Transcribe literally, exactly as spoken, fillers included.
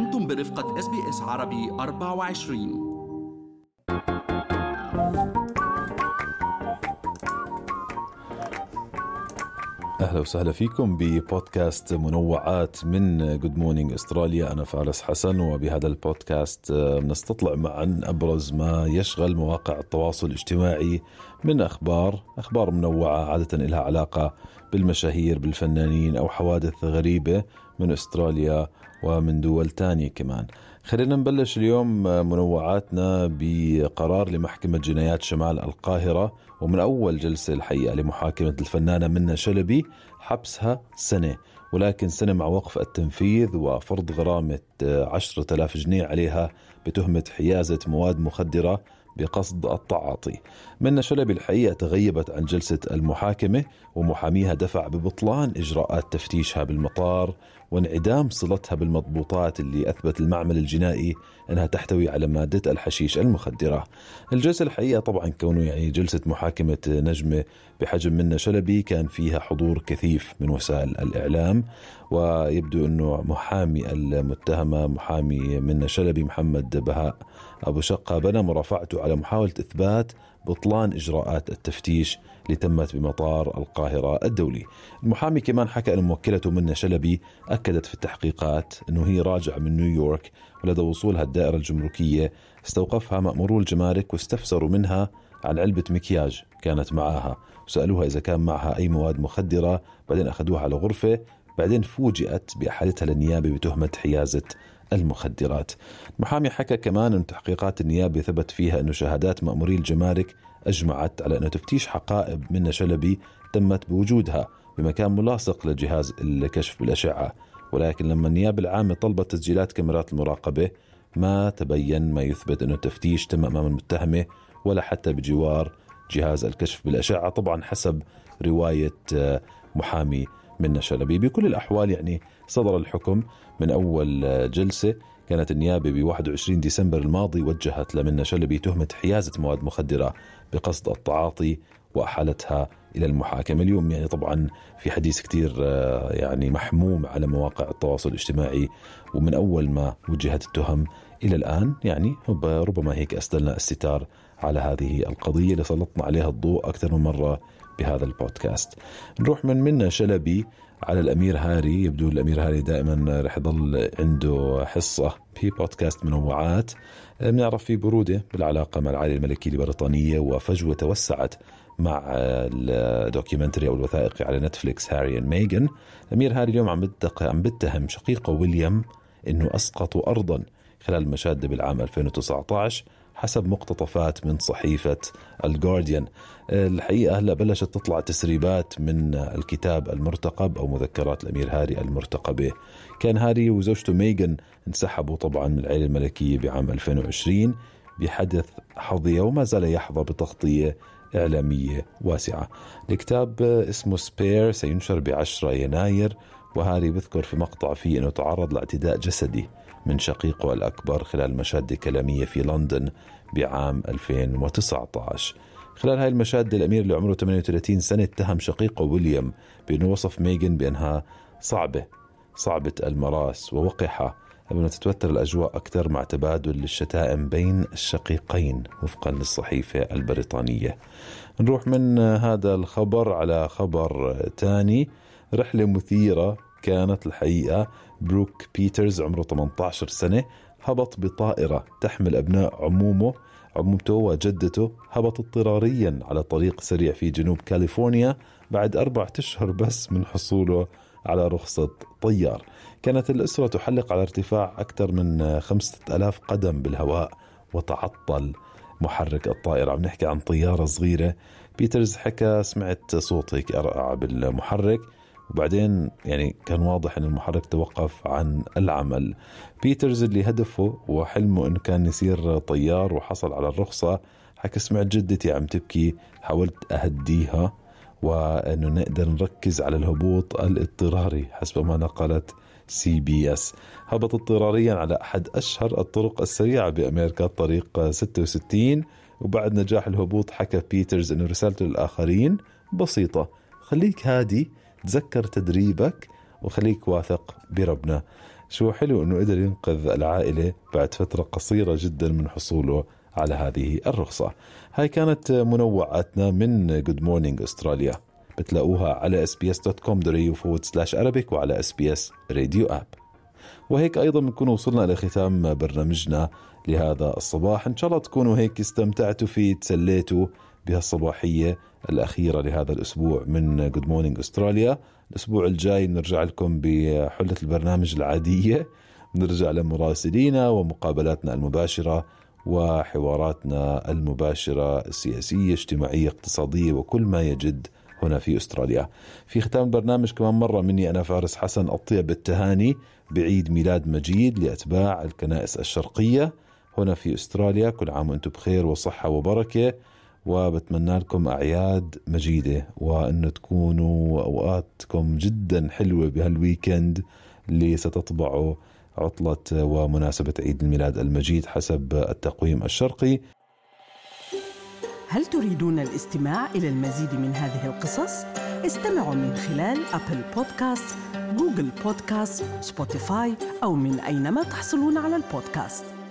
أنتم برفقة إس بي إس عربي أربعة وعشرين. أهلا وسهلا فيكم ببودكاست منوعات من Good Morning أستراليا. أنا فارس حسن، وبهذا البودكاست نستطلع معا أبرز ما يشغل مواقع التواصل الاجتماعي من أخبار أخبار منوعة عادة لها علاقة بالمشاهير، بالفنانين، أو حوادث غريبة من أستراليا ومن دول تانية كمان. خلينا نبلش اليوم منوعاتنا بقرار لمحكمة جنايات شمال القاهرة، ومن أول جلسة الحقيقة لمحاكمة الفنانة منة شلبي، حبسها سنة، ولكن سنة مع وقف التنفيذ وفرض غرامة عشرة آلاف جنيه عليها بتهمة حيازة مواد مخدرة بقصد التعاطي. منة شلبي الحقيقة تغيبت عن جلسة المحاكمة، ومحاميها دفع ببطلان إجراءات تفتيشها بالمطار وانعدام صلتها بالمضبوطات اللي أثبت المعمل الجنائي أنها تحتوي على مادة الحشيش المخدرة. الجلسة الحقيقة طبعا كونه يعني جلسة محاكمة نجمة بحجم منة شلبي كان فيها حضور كثيف من وسائل الإعلام، ويبدو أنه محامي المتهمة محامي منة شلبي محمد بهاء أبو شقة بنى مرافعته على محاولة إثبات بطلان إجراءات التفتيش اللي تمت بمطار القاهرة الدولي. المحامي كمان حكى أن موكلته منة شلبي أكدت في التحقيقات أنه هي راجعة من نيويورك، ولدى وصولها الدائرة الجمركية استوقفها مأمورو الجمارك واستفسروا منها عن علبة مكياج كانت معها، وسألوها إذا كان معها أي مواد مخدرة. بعدين أخذوها على غرفة، بعدين فوجئت بإحالتها للنيابة بتهمة حيازة المخدرات. المحامي حكى كمان أن تحقيقات النيابة ثبت فيها أن شهادات مأموري الجمارك أجمعت على أن تفتيش حقائب منة شلبي تمت بوجودها بمكان ملاصق لجهاز الكشف بالأشعة، ولكن لما النيابة العامة طلبت تسجيلات كاميرات المراقبة ما تبين ما يثبت أن التفتيش تم أمام المتهمة ولا حتى بجوار جهاز الكشف بالأشعة، طبعا حسب رواية محامي منة شلبي. بكل الأحوال يعني صدر الحكم من أول جلسة. كانت النيابة بواحد وعشرين ديسمبر الماضي وجهت لمنة شلبي تهمة حيازة مواد مخدرة بقصد التعاطي وأحالتها إلى المحاكمة. اليوم يعني طبعا في حديث كتير يعني محموم على مواقع التواصل الاجتماعي، ومن أول ما وجهت التهم إلى الآن يعني ربما هيك أسدلنا الستار على هذه القضية اللي سلطنا عليها الضوء أكثر من مرة بهذا البودكاست. نروح من منة شلبي على الأمير هاري. يبدو الأمير هاري دائما رح يضل عنده حصة في بودكاست منوعات. بنعرف في برودة بالعلاقة مع العائلة الملكية البريطانية، وفجوة توسعت مع الدوكيومنتري أو الوثائقي على نتفليكس هاري and ميغان. الأمير هاري اليوم عم عم بتهم شقيقه ويليام إنه أسقطوا أرضا خلال المشادة بالعام ألفين وتسعة عشر حسب مقتطفات من صحيفة الجارديان. الحقيقة هلأ بلشت تطلع تسريبات من الكتاب المرتقب أو مذكرات الأمير هاري المرتقبة. كان هاري وزوجته ميغان انسحبوا طبعا من العائلة الملكية بعام ألفين وعشرين بحدث حظي، وما زال يحظى بتغطية إعلامية واسعة. الكتاب اسمه سبير، سينشر بعشرة يناير، وهاري بذكر في مقطع فيه أنه تعرض لاعتداء جسدي من شقيقه الأكبر خلال مشادة كلامية في لندن بعام ألفين وتسعة عشر. خلال هاي المشادة الأمير اللي عمره ثمانية وثلاثين سنة اتهم شقيقه ويليام بأنه وصف ميغان بأنها صعبة صعبة المراس ووقحة، قبل ما تتوتر الأجواء أكثر مع تبادل الشتائم بين الشقيقين وفقا للصحيفة البريطانية. نروح من هذا الخبر على خبر تاني. رحلة مثيرة كانت الحقيقة. بروك بيترز عمره ثمانية عشر سنة هبط بطائرة تحمل أبناء عمومه عمومته وجدته، هبط اضطراريا على طريق سريع في جنوب كاليفورنيا بعد أربعة أشهر بس من حصوله على رخصة طيار. كانت الأسرة تحلق على ارتفاع أكثر من خمسة آلاف قدم بالهواء وتعطل محرك الطائرة. عم نحكي عن طيارة صغيرة. بيترز حكى سمعت صوت هيك أرقع بالمحرك، وبعدين يعني كان واضح أن المحرك توقف عن العمل. بيترز اللي هدفه وحلمه أنه كان يصير طيار وحصل على الرخصة، حكى سمعت جدتي عم تبكي، حاولت أهديها وأنه نقدر نركز على الهبوط الاضطراري حسب ما نقلت سي بي اس. هبط اضطراريا على أحد أشهر الطرق السريعة بأمريكا، طريق ستة وستين، وبعد نجاح الهبوط حكى بيترز أنه رسالته للآخرين بسيطة: خليك هادي، تذكر تدريبك وخليك واثق بربنا. شو حلو أنه قدر ينقذ العائلة بعد فترة قصيرة جدا من حصوله على هذه الرخصة. هاي كانت منوعاتنا من Good Morning أستراليا، بتلاقوها على اس بي اس دوت كوم دوت اي يو forward slash Arabic وعلى اس بي اس راديو آب. وهيك أيضا بنكون وصلنا لختام برنامجنا لهذا الصباح. إن شاء الله تكونوا هيك استمتعتوا فيه، تسليتوا بهالصباحية الأخيرة لهذا الأسبوع من Good Morning أستراليا. الأسبوع الجاي نرجع لكم بحلة البرنامج العادية، نرجع لمراسلينا ومقابلاتنا المباشرة وحواراتنا المباشرة السياسية اجتماعية اقتصادية وكل ما يجد هنا في أستراليا. في ختام البرنامج كمان مرة مني أنا فارس حسن أطيب التهاني بعيد ميلاد مجيد لأتباع الكنائس الشرقية هنا في أستراليا. كل عام وأنتم بخير وصحة وبركة، وبتمنى لكم أعياد مجيدة وأنه تكونوا أوقاتكم جدا حلوة بهالويكند اللي ستطبعوا عطلة ومناسبة عيد الميلاد المجيد حسب التقويم الشرقي. هل تريدون الاستماع إلى المزيد من هذه القصص؟ استمعوا من خلال أبل بودكاست، جوجل بودكاست، سبوتيفاي أو من أينما تحصلون على البودكاست.